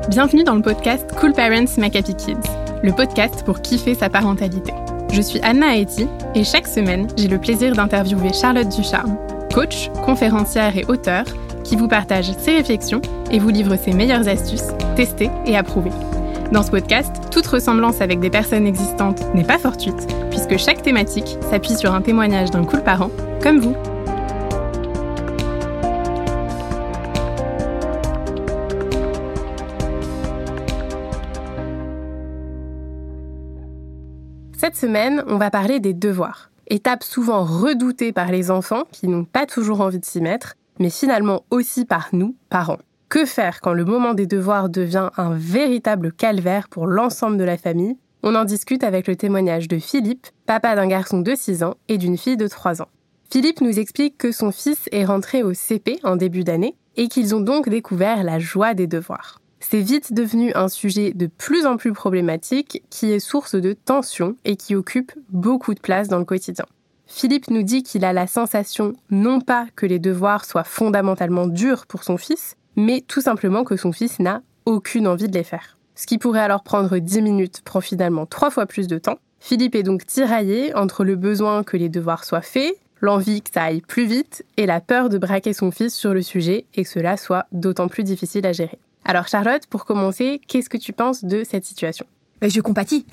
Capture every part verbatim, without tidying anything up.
Bienvenue dans le podcast Cool Parents Make Happy Kids, le podcast pour kiffer sa parentalité. Je suis Anna Haïti et chaque semaine, j'ai le plaisir d'interviewer Charlotte Ducharme, coach, conférencière et auteure, qui vous partage ses réflexions et vous livre ses meilleures astuces, testées et approuvées. Dans ce podcast, toute ressemblance avec des personnes existantes n'est pas fortuite, puisque chaque thématique s'appuie sur un témoignage d'un cool parent, comme vous. Cette semaine, on va parler des devoirs. Étape souvent redoutée par les enfants qui n'ont pas toujours envie de s'y mettre, mais finalement aussi par nous, parents. Que faire quand le moment des devoirs devient un véritable calvaire pour l'ensemble de la famille ? On en discute avec le témoignage de Philippe, papa d'un garçon de six ans et d'une fille de trois ans. Philippe nous explique que son fils est rentré au C P en début d'année et qu'ils ont donc découvert la joie des devoirs. C'est vite devenu un sujet de plus en plus problématique qui est source de tension et qui occupe beaucoup de place dans le quotidien. Philippe nous dit qu'il a la sensation non pas que les devoirs soient fondamentalement durs pour son fils, mais tout simplement que son fils n'a aucune envie de les faire. Ce qui pourrait alors prendre dix minutes prend finalement trois fois plus de temps. Philippe est donc tiraillé entre le besoin que les devoirs soient faits, l'envie que ça aille plus vite et la peur de braquer son fils sur le sujet et que cela soit d'autant plus difficile à gérer. Alors Charlotte, pour commencer, qu'est-ce que tu penses de cette situation ? Je compatis.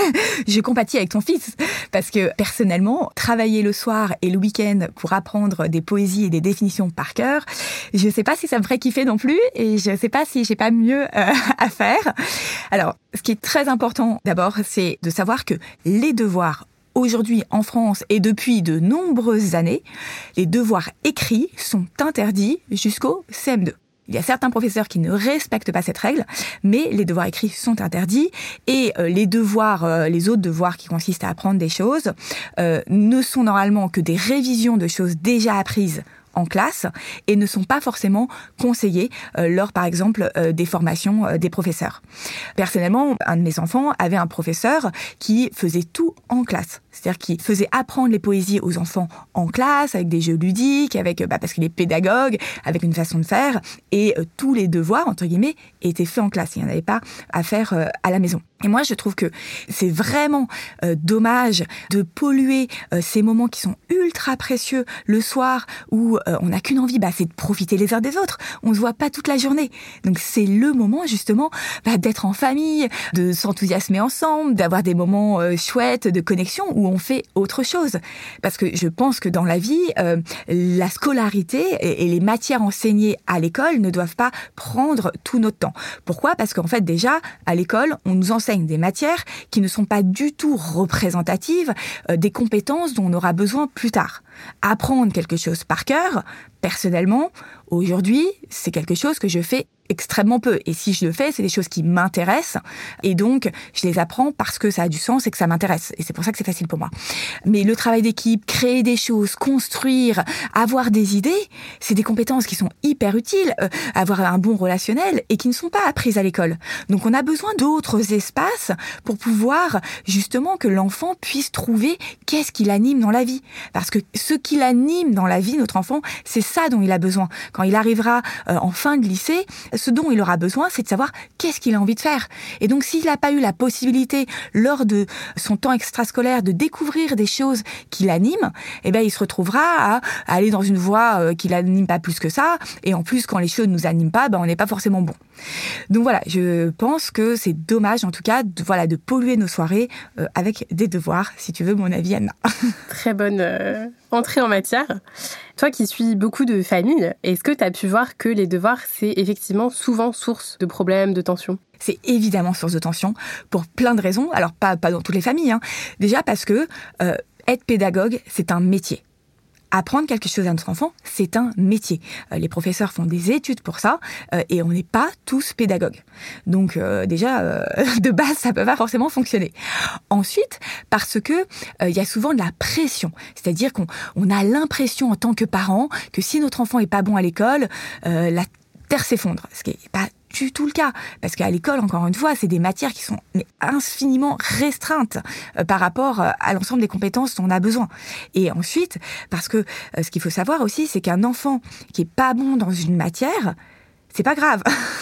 Je compatis avec ton fils. Parce que, personnellement, travailler le soir et le week-end pour apprendre des poésies et des définitions par cœur, je sais pas si ça me ferait kiffer non plus et je sais pas si j'ai pas mieux euh, à faire. Alors, ce qui est très important, d'abord, c'est de savoir que les devoirs aujourd'hui, en France et depuis de nombreuses années, les devoirs écrits sont interdits jusqu'au C M deux. Il y a certains professeurs qui ne respectent pas cette règle, mais les devoirs écrits sont interdits et euh, les devoirs, euh, les autres devoirs qui consistent à apprendre des choses, euh, ne sont normalement que des révisions de choses déjà apprises en classe et ne sont pas forcément conseillés euh, lors, par exemple, euh, des formations euh, des professeurs. Personnellement, un de mes enfants avait un professeur qui faisait tout en classe. C'est-à-dire qu'il faisait apprendre les poésies aux enfants en classe, avec des jeux ludiques, avec bah, parce qu'il est pédagogue, avec une façon de faire, et euh, tous les devoirs, entre guillemets, étaient faits en classe. Il n'y en avait pas à faire euh, à la maison. Et moi, je trouve que c'est vraiment euh, dommage de polluer euh, ces moments qui sont ultra précieux le soir où euh, on n'a qu'une envie, bah, c'est de profiter les uns des autres. On se voit pas toute la journée. Donc, c'est le moment, justement, bah, d'être en famille, de s'enthousiasmer ensemble, d'avoir des moments euh, chouettes de connexion où on fait autre chose. Parce que je pense que dans la vie, euh, la scolarité et, et les matières enseignées à l'école ne doivent pas prendre tout notre temps. Pourquoi ? Parce qu'en fait, déjà, à l'école, on nous enseigne des matières qui ne sont pas du tout représentatives euh, des compétences dont on aura besoin plus tard. Apprendre quelque chose par cœur, personnellement, aujourd'hui, c'est quelque chose que je fais extrêmement peu. Et si je le fais, c'est des choses qui m'intéressent. Et donc, je les apprends parce que ça a du sens et que ça m'intéresse. Et c'est pour ça que c'est facile pour moi. Mais le travail d'équipe, créer des choses, construire, avoir des idées, c'est des compétences qui sont hyper utiles. Euh, avoir un bon relationnel et qui ne sont pas apprises à l'école. Donc, on a besoin d'autres espaces pour pouvoir, justement, que l'enfant puisse trouver qu'est-ce qui l'anime dans la vie. Parce que ce qui l'anime dans la vie, notre enfant, c'est ça dont il a besoin. Quand il arrivera euh, en fin de lycée, ce dont il aura besoin, c'est de savoir qu'est-ce qu'il a envie de faire. Et donc, s'il n'a pas eu la possibilité, lors de son temps extrascolaire, de découvrir des choses qui l'animent, eh ben, il se retrouvera à, à aller dans une voie euh, qui l'anime pas plus que ça. Et en plus, quand les choses ne nous animent pas, ben, on n'est pas forcément bon. Donc voilà, je pense que c'est dommage, en tout cas, de, voilà, de polluer nos soirées euh, avec des devoirs, si tu veux mon avis, Anna. Très bonne euh, entrée en matière. Toi qui suis beaucoup de familles, est-ce que tu as pu voir que les devoirs, c'est effectivement souvent source de problèmes, de tensions ? C'est évidemment source de tension pour plein de raisons. Alors, pas, pas dans toutes les familles. Hein. Déjà parce que euh, être pédagogue, c'est un métier. Apprendre quelque chose à notre enfant, c'est un métier. Euh, les professeurs font des études pour ça euh, et on n'est pas tous pédagogues. Donc euh, déjà, euh, de base, ça peut pas forcément fonctionner. Ensuite, parce que il euh, y a souvent de la pression. C'est-à-dire qu'on on a l'impression en tant que parent que si notre enfant est pas bon à l'école, euh, la terre s'effondre. Ce qui est pas du tout le cas. Parce qu'à l'école, encore une fois, c'est des matières qui sont mais infiniment restreintes euh, par rapport euh, à l'ensemble des compétences dont on a besoin. Et ensuite, parce que euh, ce qu'il faut savoir aussi, c'est qu'un enfant qui est pas bon dans une matière, c'est pas grave.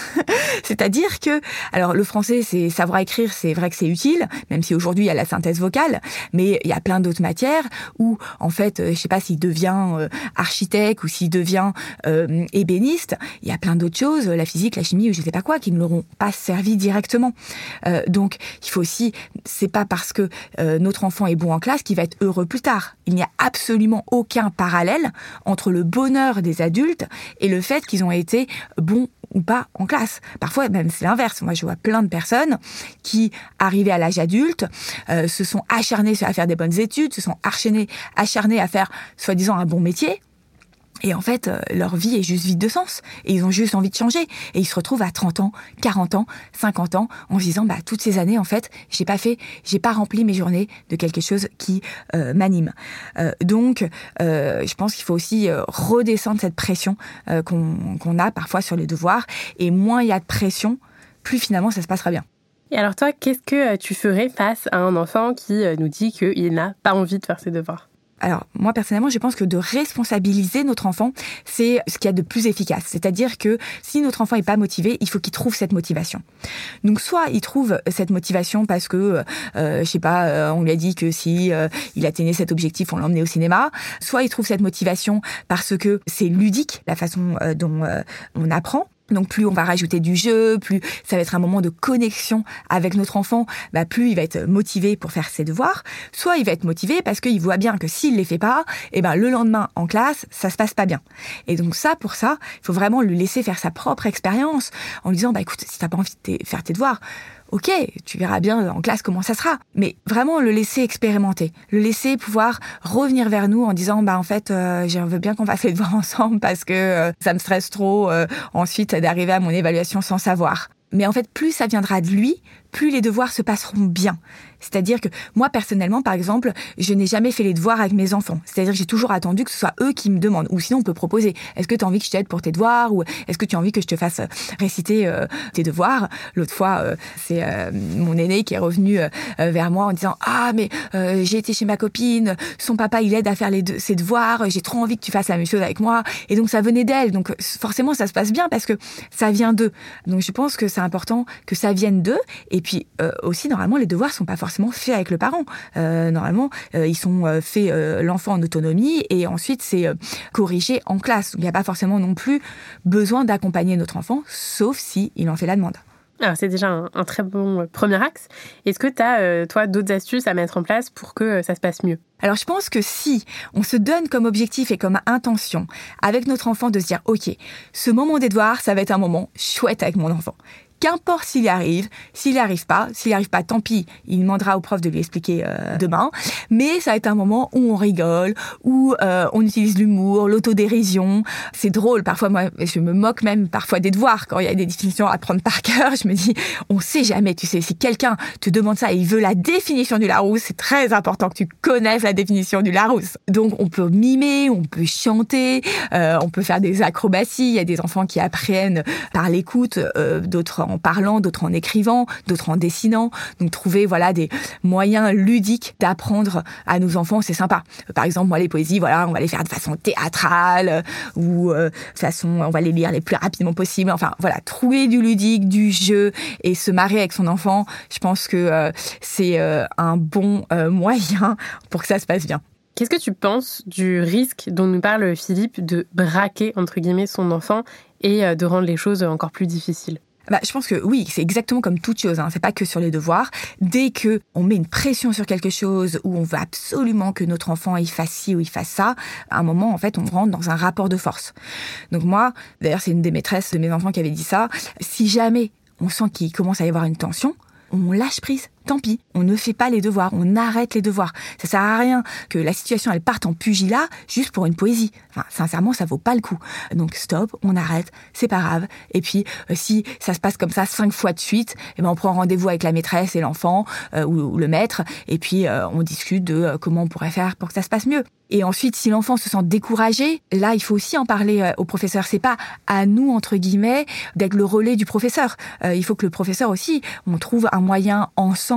C'est-à-dire que, alors le français, c'est savoir écrire, c'est vrai que c'est utile, même si aujourd'hui il y a la synthèse vocale, mais il y a plein d'autres matières où, en fait, je sais pas s'il devient euh, architecte ou s'il devient euh, ébéniste, il y a plein d'autres choses, la physique, la chimie ou je sais pas quoi, qui ne l'auront pas servi directement. Euh, donc, il faut aussi, c'est pas parce que euh, notre enfant est bon en classe qu'il va être heureux plus tard. Il n'y a absolument aucun parallèle entre le bonheur des adultes et le fait qu'ils ont été bons ou pas en classe. Parfois, même c'est l'inverse. Moi, je vois plein de personnes qui, arrivées à l'âge adulte, euh, se sont acharnées à faire des bonnes études, se sont acharnées, acharnées à faire, soi-disant, un bon métier. Et en fait, leur vie est juste vide de sens. Et ils ont juste envie de changer. Et ils se retrouvent à trente ans, quarante ans, cinquante ans, en se disant, bah, toutes ces années, en fait, j'ai pas fait, j'ai pas rempli mes journées de quelque chose qui euh, m'anime. Euh, donc, euh, je pense qu'il faut aussi euh, redescendre cette pression euh, qu'on, qu'on a parfois sur les devoirs. Et moins il y a de pression, plus finalement ça se passera bien. Et alors toi, qu'est-ce que tu ferais face à un enfant qui nous dit qu'il n'a pas envie de faire ses devoirs ? Alors, moi, personnellement, je pense que de responsabiliser notre enfant, c'est ce qu'il y a de plus efficace. C'est-à-dire que si notre enfant n'est pas motivé, il faut qu'il trouve cette motivation. Donc, soit il trouve cette motivation parce que, euh, je sais pas, euh, on lui a dit que si euh, il atteignait cet objectif, on l'emmenait au cinéma. Soit il trouve cette motivation parce que c'est ludique, la façon euh, dont euh, on apprend. Donc plus on va rajouter du jeu, plus ça va être un moment de connexion avec notre enfant, bah plus il va être motivé pour faire ses devoirs. Soit il va être motivé parce qu'il voit bien que s'il les fait pas, et ben le lendemain en classe, ça se passe pas bien. Et donc ça, pour ça, il faut vraiment lui laisser faire sa propre expérience en lui disant, bah écoute, si t'as pas envie de faire tes devoirs, ok, tu verras bien en classe comment ça sera. Mais vraiment le laisser expérimenter, le laisser pouvoir revenir vers nous en disant, bah en fait, euh, je veux bien qu'on fasse les devoirs ensemble parce que euh, ça me stresse trop euh, ensuite d'arriver à mon évaluation sans savoir. Mais en fait, plus ça viendra de lui, plus les devoirs se passeront bien. C'est-à-dire que moi, personnellement, par exemple, je n'ai jamais fait les devoirs avec mes enfants. C'est-à-dire que j'ai toujours attendu que ce soit eux qui me demandent. Ou sinon, on peut proposer. Est-ce que tu as envie que je t'aide pour tes devoirs ? Ou est-ce que tu as envie que je te fasse réciter euh, tes devoirs ? L'autre fois, euh, c'est euh, mon aîné qui est revenu euh, vers moi en disant « Ah, mais euh, j'ai été chez ma copine, son papa, il aide à faire les de- ses devoirs, j'ai trop envie que tu fasses la même chose avec moi. » Et donc, ça venait d'elle. Donc, forcément, ça se passe bien parce que ça vient d'eux. Donc, je pense que c'est important que ça vienne d'eux. Et puis, euh, aussi, normalement, les devoirs sont pas forcément faits avec le parent. Euh, normalement, euh, ils sont euh, faits euh, l'enfant en autonomie et ensuite c'est euh, corrigé en classe. Donc, il n'y a pas forcément non plus besoin d'accompagner notre enfant, sauf si il en fait la demande. Alors, c'est déjà un, un très bon premier axe. Est-ce que tu as, euh, toi, d'autres astuces à mettre en place pour que euh, ça se passe mieux ? Alors, je pense que si on se donne comme objectif et comme intention avec notre enfant de se dire « Ok, ce moment des devoirs, ça va être un moment chouette avec mon enfant ». Qu'importe s'il y arrive, s'il n'y arrive pas, s'il n'y arrive pas, tant pis, il demandera au prof de lui expliquer euh, demain. Mais ça va être un moment où on rigole, où euh, on utilise l'humour, l'autodérision. C'est drôle, parfois moi, je me moque même parfois des devoirs quand il y a des définitions à prendre par cœur. Je me dis, on sait jamais, tu sais, si quelqu'un te demande ça et il veut la définition du Larousse, c'est très important que tu connaisses la définition du Larousse. Donc on peut mimer, on peut chanter, euh, on peut faire des acrobaties. Il y a des enfants qui apprennent par l'écoute, euh, d'autres en parlant, d'autres en écrivant, d'autres en dessinant. Donc trouver voilà des moyens ludiques d'apprendre à nos enfants, c'est sympa. Par exemple, moi les poésies, voilà, on va les faire de façon théâtrale ou euh, de façon, on va les lire les plus rapidement possible. Enfin voilà, trouver du ludique, du jeu et se marrer avec son enfant. Je pense que euh, c'est euh, un bon euh, moyen pour que ça se passe bien. Qu'est-ce que tu penses du risque dont nous parle Philippe de braquer entre guillemets son enfant et de rendre les choses encore plus difficiles ? Bah, je pense que oui, c'est exactement comme toute chose, hein. C'est pas que sur les devoirs. Dès que on met une pression sur quelque chose où on veut absolument que notre enfant il fasse ci ou il fasse ça, à un moment, en fait, on rentre dans un rapport de force. Donc moi, d'ailleurs, c'est une des maîtresses de mes enfants qui avait dit ça. Si jamais on sent qu'il commence à y avoir une tension, on lâche prise. Tant pis, on ne fait pas les devoirs, on arrête les devoirs. Ça sert à rien que la situation elle parte en pugilat juste pour une poésie. Enfin, sincèrement, ça vaut pas le coup. Donc stop, on arrête, c'est pas grave. Et puis euh, si ça se passe comme ça cinq fois de suite, eh ben on prend rendez-vous avec la maîtresse et l'enfant euh, ou, ou le maître, et puis euh, on discute de euh, comment on pourrait faire pour que ça se passe mieux. Et ensuite, si l'enfant se sent découragé, là, il faut aussi en parler euh, au professeur. C'est pas à nous entre guillemets d'être le relais du professeur. Euh, il faut que le professeur aussi, on trouve un moyen ensemble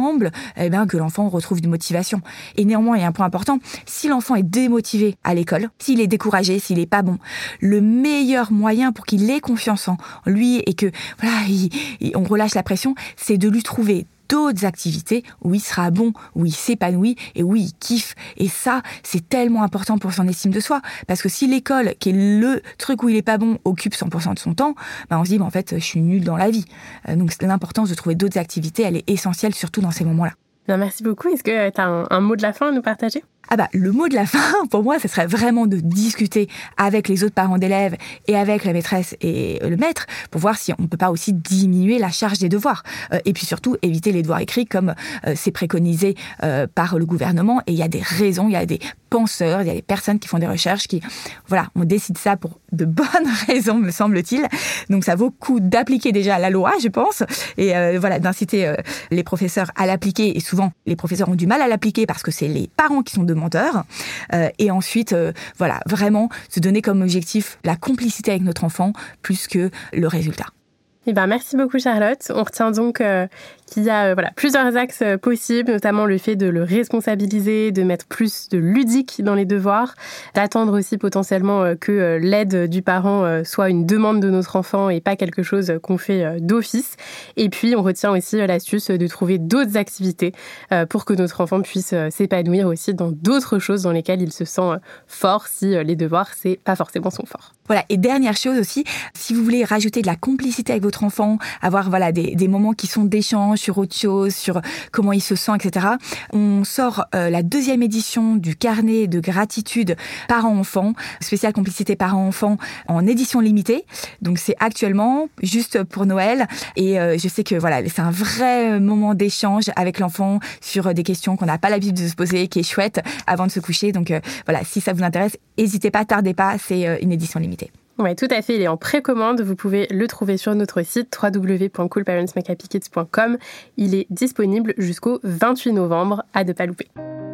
ensemble, eh bien, que l'enfant retrouve une motivation. Et néanmoins, il y a un point important, si l'enfant est démotivé à l'école, s'il est découragé, s'il est pas bon, le meilleur moyen pour qu'il ait confiance en lui et que voilà, il, il, on relâche la pression, c'est de lui trouver d'autres activités où il sera bon, où il s'épanouit et où il kiffe. Et ça, c'est tellement important pour son estime de soi. Parce que si l'école, qui est le truc où il est pas bon, occupe cent pour cent de son temps, ben on se dit, ben en fait, je suis nulle dans la vie. Donc l'importance de trouver d'autres activités, elle est essentielle, surtout dans ces moments-là. Bien, merci beaucoup. Est-ce que tu as un, un mot de la fin à nous partager ? Ah bah, le mot de la fin, pour moi, ce serait vraiment de discuter avec les autres parents d'élèves et avec la maîtresse et le maître pour voir si on ne peut pas aussi diminuer la charge des devoirs. Euh, et puis surtout, éviter les devoirs écrits comme euh, c'est préconisé euh, par le gouvernement. Et il y a des raisons, il y a des penseurs, il y a des personnes qui font des recherches qui, voilà, on décide ça pour de bonnes raisons, me semble-t-il. Donc ça vaut le coup d'appliquer déjà la loi, je pense, et euh, voilà, d'inciter euh, les professeurs à l'appliquer. Et souvent, les professeurs ont du mal à l'appliquer parce que c'est les parents qui sont demandeurs. Euh, et ensuite, euh, voilà, vraiment se donner comme objectif la complicité avec notre enfant plus que le résultat. Eh ben, merci beaucoup Charlotte. On retient donc euh, qu'il y a euh, voilà, plusieurs axes euh, possibles, notamment le fait de le responsabiliser, de mettre plus de ludique dans les devoirs, d'attendre aussi potentiellement euh, que euh, l'aide du parent euh, soit une demande de notre enfant et pas quelque chose euh, qu'on fait euh, d'office. Et puis on retient aussi euh, l'astuce de trouver d'autres activités euh, pour que notre enfant puisse euh, s'épanouir aussi dans d'autres choses dans lesquelles il se sent euh, fort si euh, les devoirs, c'est pas forcément son fort. Voilà, et dernière chose aussi, si vous voulez rajouter de la complicité avec votre enfant, avoir voilà des, des moments qui sont d'échange sur autre chose, sur comment il se sent, et cetera. On sort euh, la deuxième édition du carnet de gratitude parents-enfants, spécial complicité parents-enfants en édition limitée. Donc c'est actuellement juste pour Noël et euh, je sais que voilà c'est un vrai moment d'échange avec l'enfant sur des questions qu'on n'a pas l'habitude de se poser, qui est chouette avant de se coucher. Donc euh, voilà, si ça vous intéresse, n'hésitez pas, tardez pas, c'est euh, une édition limitée. Oui, tout à fait. Il est en précommande. Vous pouvez le trouver sur notre site w w w point cool parents make happy kids point com. Il est disponible jusqu'au vingt-huit novembre, à ne pas louper.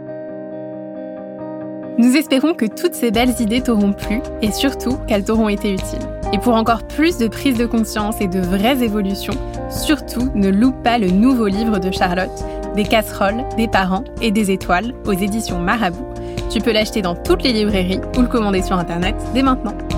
Nous espérons que toutes ces belles idées t'auront plu et surtout qu'elles t'auront été utiles. Et pour encore plus de prise de conscience et de vraies évolutions, surtout ne loupe pas le nouveau livre de Charlotte, Des casseroles, des parents et des étoiles aux éditions Marabout. Tu peux l'acheter dans toutes les librairies ou le commander sur Internet dès maintenant.